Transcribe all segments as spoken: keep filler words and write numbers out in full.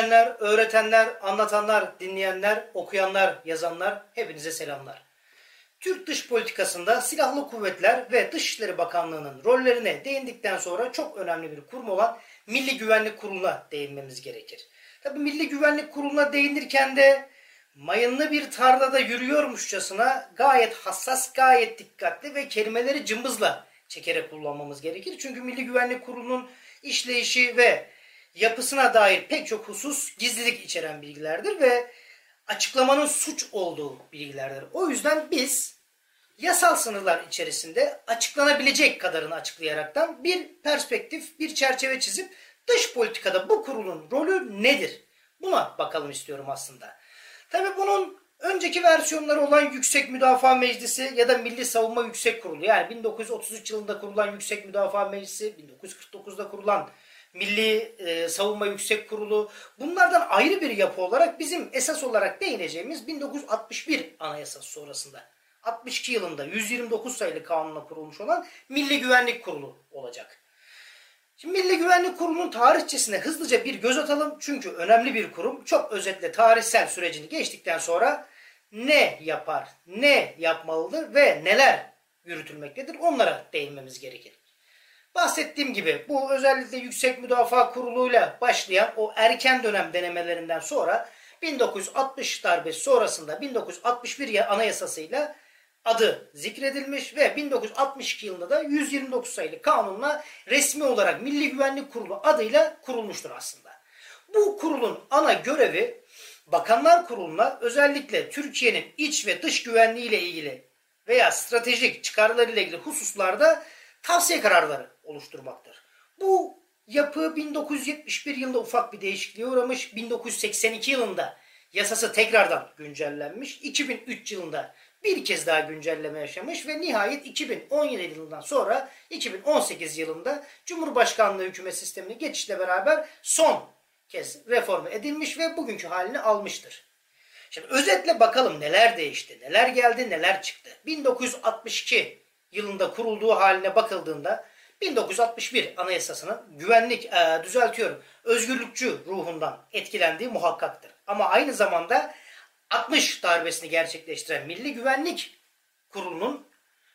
Öğretmenler, öğretenler, anlatanlar, dinleyenler, okuyanlar, yazanlar, hepinize selamlar. Türk dış politikasında Silahlı Kuvvetler ve Dışişleri Bakanlığı'nın rollerine değindikten sonra çok önemli bir kurum olan Milli Güvenlik Kurulu'na değinmemiz gerekir. Tabii Milli Güvenlik Kurulu'na değinirken de mayınlı bir tarlada yürüyormuşçasına gayet hassas, gayet dikkatli ve kelimeleri cımbızla çekerek kullanmamız gerekir. Çünkü Milli Güvenlik Kurulu'nun işleyişi ve yapısına dair pek çok husus gizlilik içeren bilgilerdir ve açıklamanın suç olduğu bilgilerdir. O yüzden biz yasal sınırlar içerisinde açıklanabilecek kadarını açıklayaraktan bir perspektif, bir çerçeve çizip dış politikada bu kurulun rolü nedir? Buna bakalım istiyorum aslında. Tabii bunun önceki versiyonları olan Yüksek Müdafaa Meclisi ya da Milli Savunma Yüksek Kurulu, yani bin dokuz yüz otuz üç yılında kurulan Yüksek Müdafaa Meclisi, bin dokuz yüz kırk dokuzda kurulan Milli e, Savunma Yüksek Kurulu, bunlardan ayrı bir yapı olarak bizim esas olarak değineceğimiz bin dokuz yüz altmış bir Anayasası sonrasında altmış iki yılında yüz yirmi dokuz sayılı kanunla kurulmuş olan Milli Güvenlik Kurulu olacak. Şimdi Milli Güvenlik Kurulu'nun tarihçesine hızlıca bir göz atalım. Çünkü önemli bir kurum. Çok özetle tarihsel sürecini geçtikten sonra ne yapar, ne yapmalıdır ve neler yürütülmektedir onlara değinmemiz gerekir. Bahsettiğim gibi bu özellikle Yüksek Müdafaa Kurulu'yla başlayan o erken dönem denemelerinden sonra bin dokuz yüz altmış darbesi sonrasında bin dokuz yüz altmış bir Anayasası'yla adı zikredilmiş ve bin dokuz yüz altmış iki yılında da yüz yirmi dokuz sayılı kanunla resmi olarak Milli Güvenlik Kurulu adıyla kurulmuştur aslında. Bu kurulun ana görevi Bakanlar Kurulu'na özellikle Türkiye'nin iç ve dış güvenliği ile ilgili veya stratejik çıkarlarıyla ilgili hususlarda tavsiye kararları oluşturmaktır. Bu yapı bin dokuz yüz yetmiş bir yılında ufak bir değişikliğe uğramış. bin dokuz yüz seksen iki yılında yasası tekrardan güncellenmiş. iki bin üç yılında bir kez daha güncelleme yaşamış ve nihayet iki bin on yedi yılından sonra iki bin on sekiz yılında Cumhurbaşkanlığı hükümet sistemine geçişle beraber son kez reforme edilmiş ve bugünkü halini almıştır. Şimdi özetle bakalım neler değişti, neler geldi, neler çıktı. bin dokuz yüz altmış iki yılında kurulduğu haline bakıldığında bin dokuz yüz altmış bir Anayasası'nın güvenlik, e, düzeltiyorum, özgürlükçü ruhundan etkilendiği muhakkaktır. Ama aynı zamanda altmış darbesini gerçekleştiren Milli Güvenlik Kurulu'nun,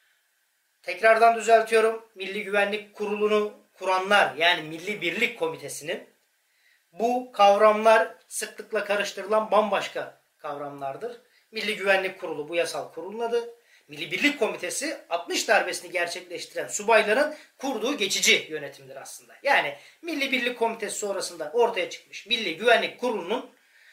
tekrardan düzeltiyorum, Milli Güvenlik Kurulu'nu kuranlar yani Milli Birlik Komitesi'nin, bu kavramlar sıklıkla karıştırılan bambaşka kavramlardır. Milli Güvenlik Kurulu bu yasal kurulun adı. Milli Birlik Komitesi altmış darbesini gerçekleştiren subayların kurduğu geçici yönetimdir aslında. Yani Milli Birlik Komitesi sonrasında ortaya çıkmış Milli Güvenlik Kurulu'nun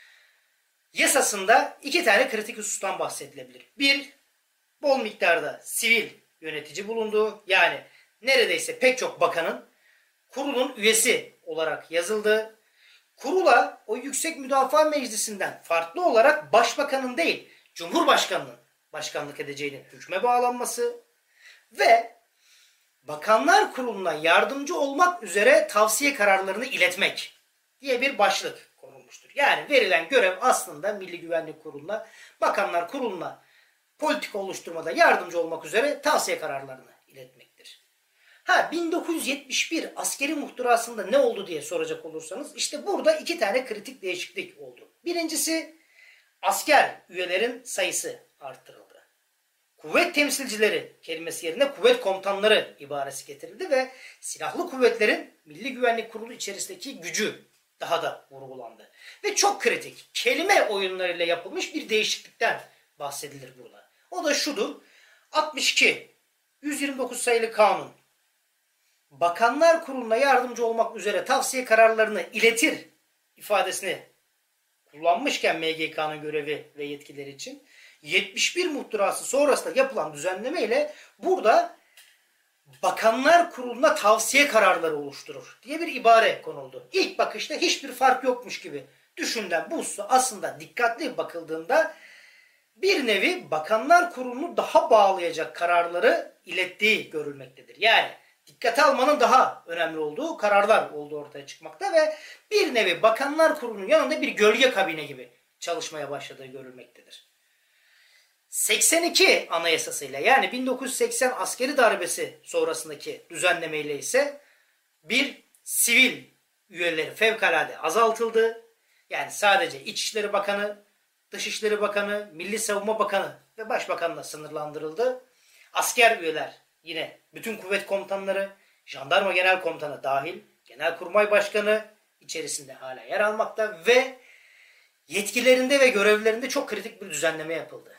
yasasında iki tane kritik husustan bahsedilebilir. Bir, bol miktarda sivil yönetici bulunduğu, yani neredeyse pek çok bakanın kurulun üyesi olarak yazıldığı, kurula o Yüksek Müdafaa Meclisi'nden farklı olarak başbakanın değil, Cumhurbaşkanı'nın başkanlık edeceğinin hükme bağlanması ve Bakanlar Kurulu'na yardımcı olmak üzere tavsiye kararlarını iletmek diye bir başlık konulmuştur. Yani verilen görev aslında Milli Güvenlik Kurulu'na, Bakanlar Kurulu'na politika oluşturmada yardımcı olmak üzere tavsiye kararlarını iletmektir. Ha, bin dokuz yüz yetmiş bir askeri muhtırasında ne oldu diye soracak olursanız, işte burada iki tane kritik değişiklik oldu. Birincisi, asker üyelerin sayısı arttırıldı. Kuvvet temsilcileri kelimesi yerine kuvvet komutanları ibaresi getirildi ve silahlı kuvvetlerin Milli Güvenlik Kurulu içerisindeki gücü daha da vurgulandı. Ve çok kritik, kelime oyunlarıyla yapılmış bir değişiklikten bahsedilir burada. O da şudur: altmış iki yüz yirmi dokuz sayılı kanun, Bakanlar Kurulu'na yardımcı olmak üzere tavsiye kararlarını iletir ifadesini kullanmışken M G K'nın görevi ve yetkileri için, yetmiş bir muhtırası sonrasında yapılan düzenleme ile burada Bakanlar Kurulu'na tavsiye kararları oluşturur diye bir ibare konuldu. İlk bakışta hiçbir fark yokmuş gibi düşünülen bu hususa aslında dikkatli bakıldığında bir nevi Bakanlar Kurulu'nu daha bağlayacak kararları ilettiği görülmektedir. Yani dikkate almanın daha önemli olduğu kararlar olduğu ortaya çıkmakta ve bir nevi Bakanlar Kurulu'nun yanında bir gölge kabine gibi çalışmaya başladığı görülmektedir. seksen iki Anayasasıyla, yani bin dokuz yüz seksen askeri darbesi sonrasındaki düzenlemeyle ise bir, sivil üyeleri fevkalade azaltıldı. Yani sadece İçişleri Bakanı, Dışişleri Bakanı, Milli Savunma Bakanı ve Başbakanla sınırlandırıldı. Asker üyeler yine bütün kuvvet komutanları, Jandarma Genel Komutanı dahil, Genelkurmay Başkanı içerisinde hala yer almakta ve yetkilerinde ve görevlerinde çok kritik bir düzenleme yapıldı.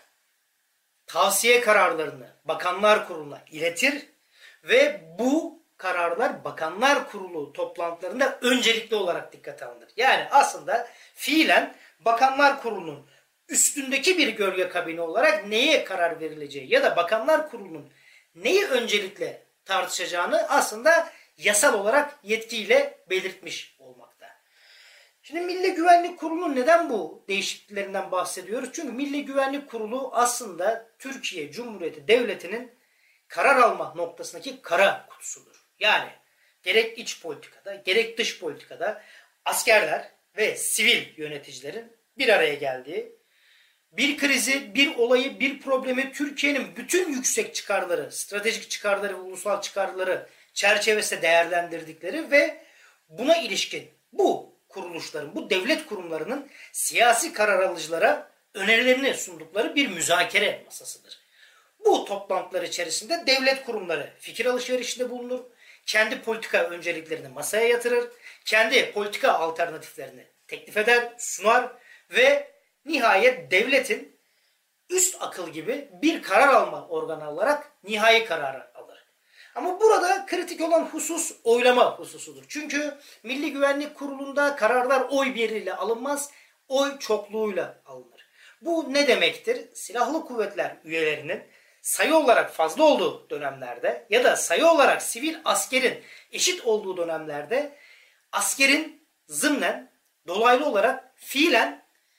Tavsiye kararlarını Bakanlar Kurulu'na iletir ve bu kararlar Bakanlar Kurulu toplantılarında öncelikli olarak dikkate alınır. Yani aslında fiilen Bakanlar Kurulu'nun üstündeki bir gölge kabini olarak neye karar verileceği ya da Bakanlar Kurulu'nun neyi öncelikle tartışacağını aslında yasal olarak yetkiyle belirtmiş olmakta. Şimdi Milli Güvenlik Kurulu neden bu değişikliklerinden bahsediyoruz? Çünkü Milli Güvenlik Kurulu aslında Türkiye Cumhuriyeti Devleti'nin karar alma noktasındaki kara kutusudur. Yani gerek iç politikada gerek dış politikada askerler ve sivil yöneticilerin bir araya geldiği, bir krizi, bir olayı, bir problemi Türkiye'nin bütün yüksek çıkarları, stratejik çıkarları ve ulusal çıkarları çerçevesinde değerlendirdikleri ve buna ilişkin bu kuruluşların, bu devlet kurumlarının siyasi karar alıcılara önerilerini sundukları bir müzakere masasıdır. Bu toplantılar içerisinde devlet kurumları fikir alışverişinde bulunur, kendi politika önceliklerini masaya yatırır, kendi politika alternatiflerini teklif eder, sunar ve nihayet devletin üst akıl gibi bir karar alma organı olarak nihai kararı alır. Ama burada kritik olan husus oylama hususudur. Çünkü Milli Güvenlik Kurulu'nda kararlar oy birliğiyle alınmaz, oy çokluğuyla alınır. Bu ne demektir? Silahlı kuvvetler üyelerinin sayı olarak fazla olduğu dönemlerde ya da sayı olarak sivil askerin eşit olduğu dönemlerde askerin zımnen, dolaylı olarak fiilen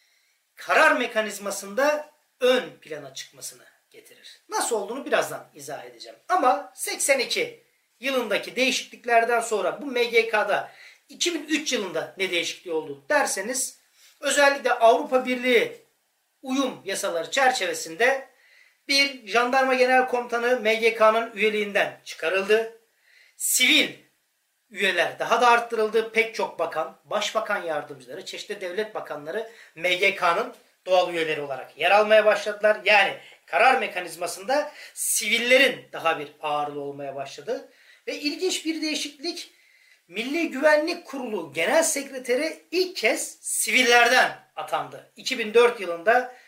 karar mekanizmasında ön plana çıkmasını getirir. Nasıl olduğunu birazdan izah edeceğim. Ama seksen iki yılındaki değişikliklerden sonra bu M G K'da iki bin üç yılında ne değişikliği oldu derseniz özellikle Avrupa Birliği uyum yasaları çerçevesinde bir Jandarma Genel Komutanı M G K'nın üyeliğinden çıkarıldı. Sivil üyeler daha da arttırıldı. Pek çok bakan, başbakan yardımcıları, çeşitli devlet bakanları M G K'nın doğal üyeleri olarak yer almaya başladılar. Yani karar mekanizmasında sivillerin daha bir ağırlığı olmaya başladı. Ve ilginç bir değişiklik, Milli Güvenlik Kurulu Genel Sekreteri ilk kez sivillerden atandı. iki bin dört yılında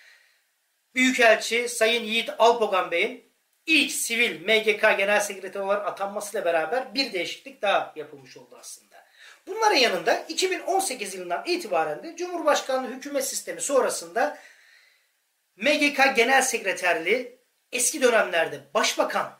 Büyükelçi Sayın Yiğit Alpogan Bey'in ilk sivil M G K Genel Sekreteri olarak atanmasıyla beraber bir değişiklik daha yapılmış oldu aslında. Bunların yanında iki bin on sekiz yılından itibaren de Cumhurbaşkanlığı hükümet sistemi sonrasında M G K Genel Sekreterliği eski dönemlerde başbakanlığa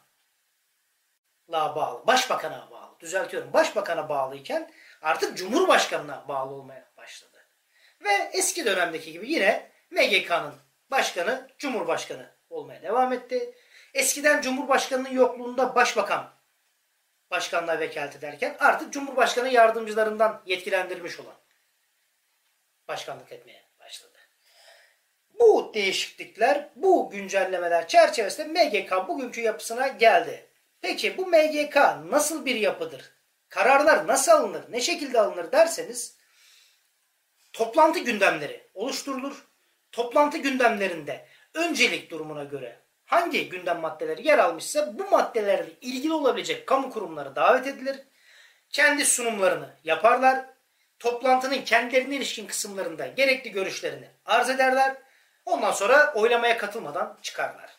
bağlı, başbakana bağlı, düzeltiyorum, başbakana bağlıyken artık Cumhurbaşkanına bağlı olmaya başladı. Ve eski dönemdeki gibi yine M G K'nın başkanı Cumhurbaşkanı olmaya devam etti. Eskiden Cumhurbaşkanının yokluğunda başbakan başkanlığa vekalet ederken artık Cumhurbaşkanı yardımcılarından yetkilendirilmiş olan başkanlık etmeye başladı. Bu değişiklikler, bu güncellemeler çerçevesinde M G K bugünkü yapısına geldi. Peki bu M G K nasıl bir yapıdır? Kararlar nasıl alınır? Ne şekilde alınır derseniz toplantı gündemleri oluşturulur. Toplantı gündemlerinde öncelik durumuna göre hangi gündem maddeleri yer almışsa bu maddelerle ilgili olabilecek kamu kurumları davet edilir. Kendi sunumlarını yaparlar. Toplantının kendilerine ilişkin kısımlarında gerekli görüşlerini arz ederler. Ondan sonra oylamaya katılmadan çıkarlar.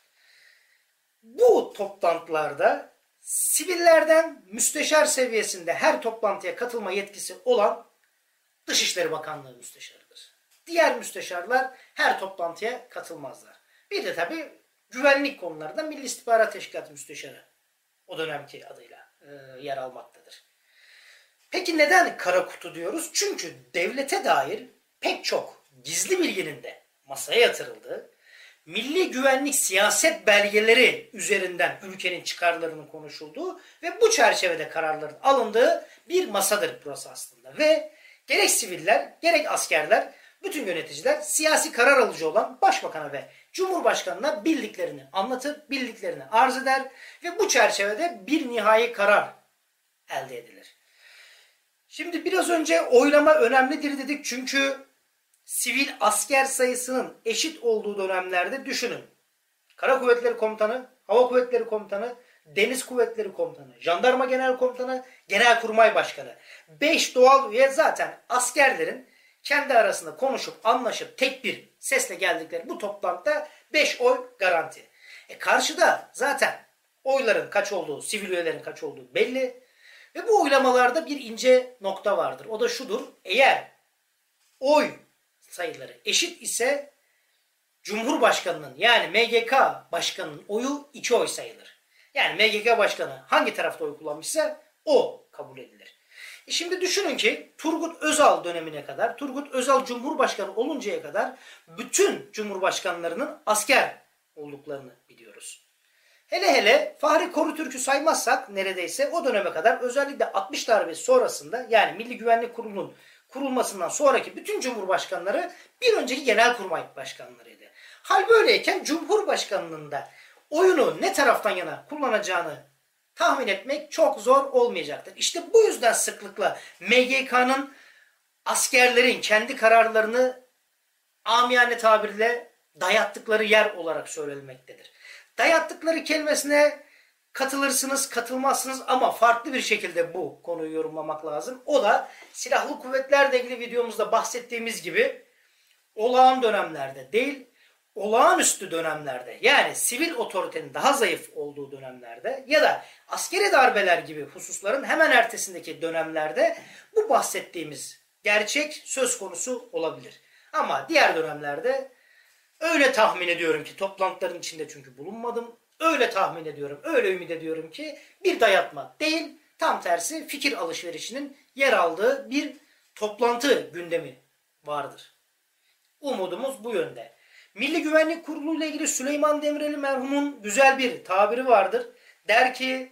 Bu toplantılarda sivillerden müsteşar seviyesinde her toplantıya katılma yetkisi olan Dışişleri Bakanlığı müsteşarıdır. Diğer müsteşarlar her toplantıya katılmazlar. Bir de tabii güvenlik konularında Milli İstihbarat Teşkilatı Müsteşarı o dönemki adıyla e, yer almaktadır. Peki neden kara kutu diyoruz? Çünkü devlete dair pek çok gizli bilginin de masaya yatırıldığı, milli güvenlik siyaset belgeleri üzerinden ülkenin çıkarlarının konuşulduğu ve bu çerçevede kararların alındığı bir masadır burası aslında. Ve gerek siviller gerek askerler, bütün yöneticiler siyasi karar alıcı olan başbakana ve cumhurbaşkanına bildiklerini anlatır, bildiklerini arz eder ve bu çerçevede bir nihai karar elde edilir. Şimdi biraz önce oylama önemlidir dedik çünkü sivil asker sayısının eşit olduğu dönemlerde düşünün. Kara Kuvvetleri Komutanı, Hava Kuvvetleri Komutanı, Deniz Kuvvetleri Komutanı, Jandarma Genel Komutanı, Genelkurmay Başkanı. beş doğal üye zaten askerlerin kendi arasında konuşup anlaşıp tek bir sesle geldikleri bu toplantıda beş oy garanti. E karşıda zaten oyların kaç olduğu, sivil üyelerin kaç olduğu belli. Ve bu oylamalarda bir ince nokta vardır. O da şudur. Eğer oy sayıları eşit ise Cumhurbaşkanının yani M G K Başkanı'nın oyu iki oy sayılır. Yani M G K Başkanı hangi tarafta oy kullanmışsa o kabul edilir. E şimdi düşünün ki Turgut Özal dönemine kadar, Turgut Özal Cumhurbaşkanı oluncaya kadar bütün Cumhurbaşkanlarının asker olduklarını biliyoruz. Hele hele Fahri Korutürk'ü saymazsak neredeyse o döneme kadar özellikle altmış darbesi sonrasında yani Milli Güvenlik Kurulu'nun kurulmasından sonraki bütün cumhurbaşkanları bir önceki genelkurmay başkanlarıydı. Hal böyleyken Cumhurbaşkanlığının da oyunu ne taraftan yana kullanacağını tahmin etmek çok zor olmayacaktır. İşte bu yüzden sıklıkla M G K'nın askerlerin kendi kararlarını amiyane tabirle dayattıkları yer olarak söylenmektedir. Dayattıkları kelimesine katılırsınız, katılmazsınız ama farklı bir şekilde bu konuyu yorumlamak lazım. O da silahlı kuvvetlerle ilgili videomuzda bahsettiğimiz gibi olağan dönemlerde değil, olağanüstü dönemlerde yani sivil otoritenin daha zayıf olduğu dönemlerde ya da askeri darbeler gibi hususların hemen ertesindeki dönemlerde bu bahsettiğimiz gerçek söz konusu olabilir. Ama diğer dönemlerde öyle tahmin ediyorum ki toplantıların içinde çünkü bulunmadım. Öyle tahmin ediyorum, öyle ümit ediyorum ki bir dayatma değil, tam tersi fikir alışverişinin yer aldığı bir toplantı gündemi vardır. Umudumuz bu yönde. Milli Güvenlik Kurulu ile ilgili Süleyman Demireli merhumun güzel bir tabiri vardır. Der ki,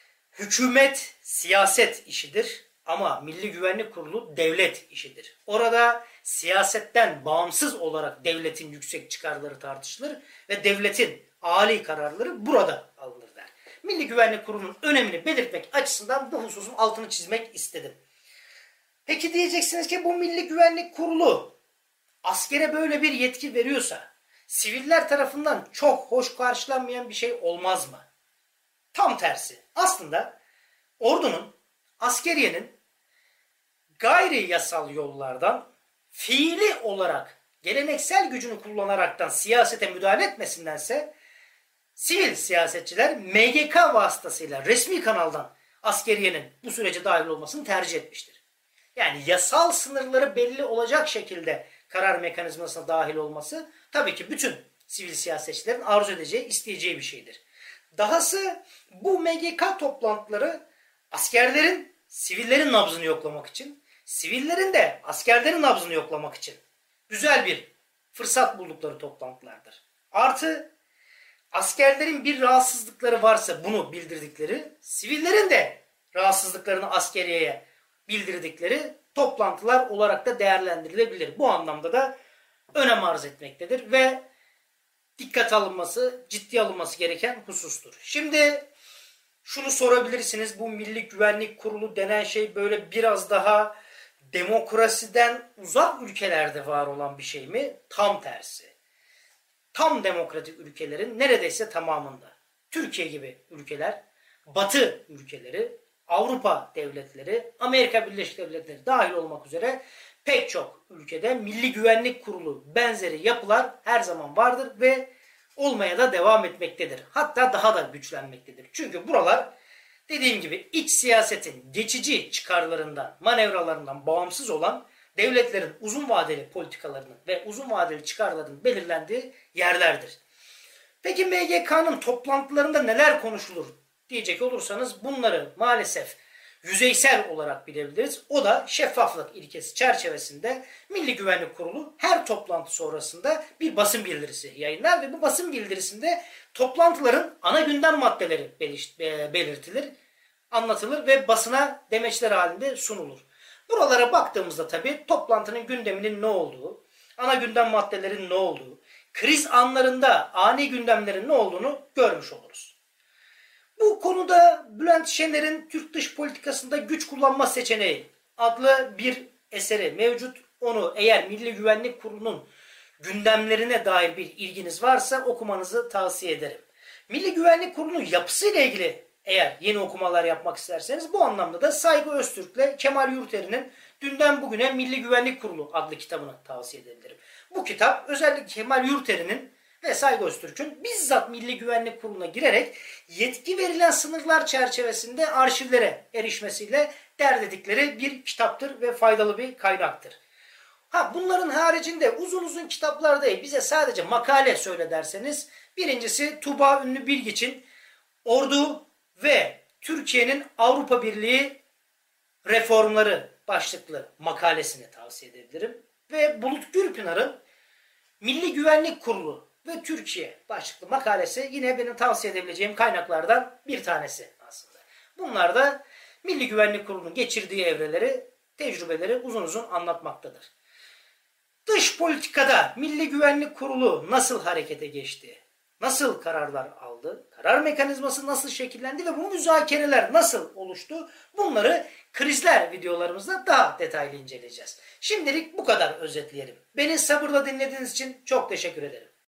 hükümet siyaset işidir ama Milli Güvenlik Kurulu devlet işidir. Orada siyasetten bağımsız olarak devletin yüksek çıkarları tartışılır ve devletin âli kararları burada alınır der. Milli Güvenlik Kurulu'nun önemini belirtmek açısından bu hususun altını çizmek istedim. Peki diyeceksiniz ki bu Milli Güvenlik Kurulu askere böyle bir yetki veriyorsa siviller tarafından çok hoş karşılanmayan bir şey olmaz mı? Tam tersi. Aslında ordunun, askeriyenin gayri yasal yollardan fiili olarak geleneksel gücünü kullanaraktan siyasete müdahale etmesindense sivil siyasetçiler M G K vasıtasıyla resmi kanaldan askeriyenin bu sürece dahil olmasını tercih etmiştir. Yani yasal sınırları belli olacak şekilde karar mekanizmasına dahil olması tabii ki bütün sivil siyasetçilerin arzu edeceği, isteyeceği bir şeydir. Dahası bu M G K toplantıları askerlerin, sivillerin nabzını yoklamak için, sivillerin de askerlerin nabzını yoklamak için güzel bir fırsat buldukları toplantılardır. Artı askerlerin bir rahatsızlıkları varsa bunu bildirdikleri, sivillerin de rahatsızlıklarını askeriyeye bildirdikleri toplantılar olarak da değerlendirilebilir. Bu anlamda da önem arz etmektedir ve dikkat alınması, ciddiye alınması gereken husustur. Şimdi şunu sorabilirsiniz, bu Milli Güvenlik Kurulu denen şey böyle biraz daha demokrasiden uzak ülkelerde var olan bir şey mi? Tam tersi. Tam demokratik ülkelerin neredeyse tamamında, Türkiye gibi ülkeler, Batı ülkeleri, Avrupa devletleri, Amerika Birleşik Devletleri dahil olmak üzere pek çok ülkede Milli Güvenlik Kurulu benzeri yapılar her zaman vardır ve olmaya da devam etmektedir. Hatta daha da güçlenmektedir. Çünkü buralar dediğim gibi iç siyasetin geçici çıkarlarından, manevralarından bağımsız olan devletlerin uzun vadeli politikalarının ve uzun vadeli çıkarlarının belirlendiği yerlerdir. Peki M G K'nın toplantılarında neler konuşulur diyecek olursanız bunları maalesef yüzeysel olarak bilebiliriz. O da şeffaflık ilkesi çerçevesinde Milli Güvenlik Kurulu her toplantı sonrasında bir basın bildirisi yayınlar ve bu basın bildirisinde toplantıların ana gündem maddeleri belirtilir, anlatılır ve basına demeçler halinde sunulur. Buralara baktığımızda tabii toplantının gündeminin ne olduğu, ana gündem maddelerin ne olduğu, kriz anlarında ani gündemlerin ne olduğunu görmüş oluruz. Bu konuda Bülent Şener'in Türk dış politikasında güç kullanma seçeneği adlı bir eseri mevcut. Onu eğer Milli Güvenlik Kurulu'nun gündemlerine dair bir ilginiz varsa okumanızı tavsiye ederim. Milli Güvenlik Kurulu'nun yapısıyla ilgili eğer yeni okumalar yapmak isterseniz bu anlamda da Saygı Öztürk'le Kemal Yurteri'nin Dünden Bugüne Milli Güvenlik Kurulu adlı kitabını tavsiye edebilirim. Bu kitap özellikle Kemal Yurteri'nin ve Saygı Öztürk'ün bizzat Milli Güvenlik Kurulu'na girerek yetki verilen sınırlar çerçevesinde arşivlere erişmesiyle derdedikleri bir kitaptır ve faydalı bir kaynaktır. Ha, bunların haricinde uzun uzun kitaplar değil, bize sadece makale söyle derseniz, birincisi Tuğba Ünlü Bilgiç'in Ordu ve Türkiye'nin Avrupa Birliği Reformları başlıklı makalesini tavsiye edebilirim. Ve Bulut Gürpınar'ın Milli Güvenlik Kurulu ve Türkiye başlıklı makalesi yine benim tavsiye edebileceğim kaynaklardan bir tanesi aslında. Bunlar da Milli Güvenlik Kurulu'nun geçirdiği evreleri, tecrübeleri uzun uzun anlatmaktadır. Dış politikada Milli Güvenlik Kurulu nasıl harekete geçti? Nasıl kararlar aldı? Karar mekanizması nasıl şekillendi ve bu müzakereler nasıl oluştu? Bunları krizler videolarımızda daha detaylı inceleyeceğiz. Şimdilik bu kadar özetleyelim. Beni sabırla dinlediğiniz için çok teşekkür ederim.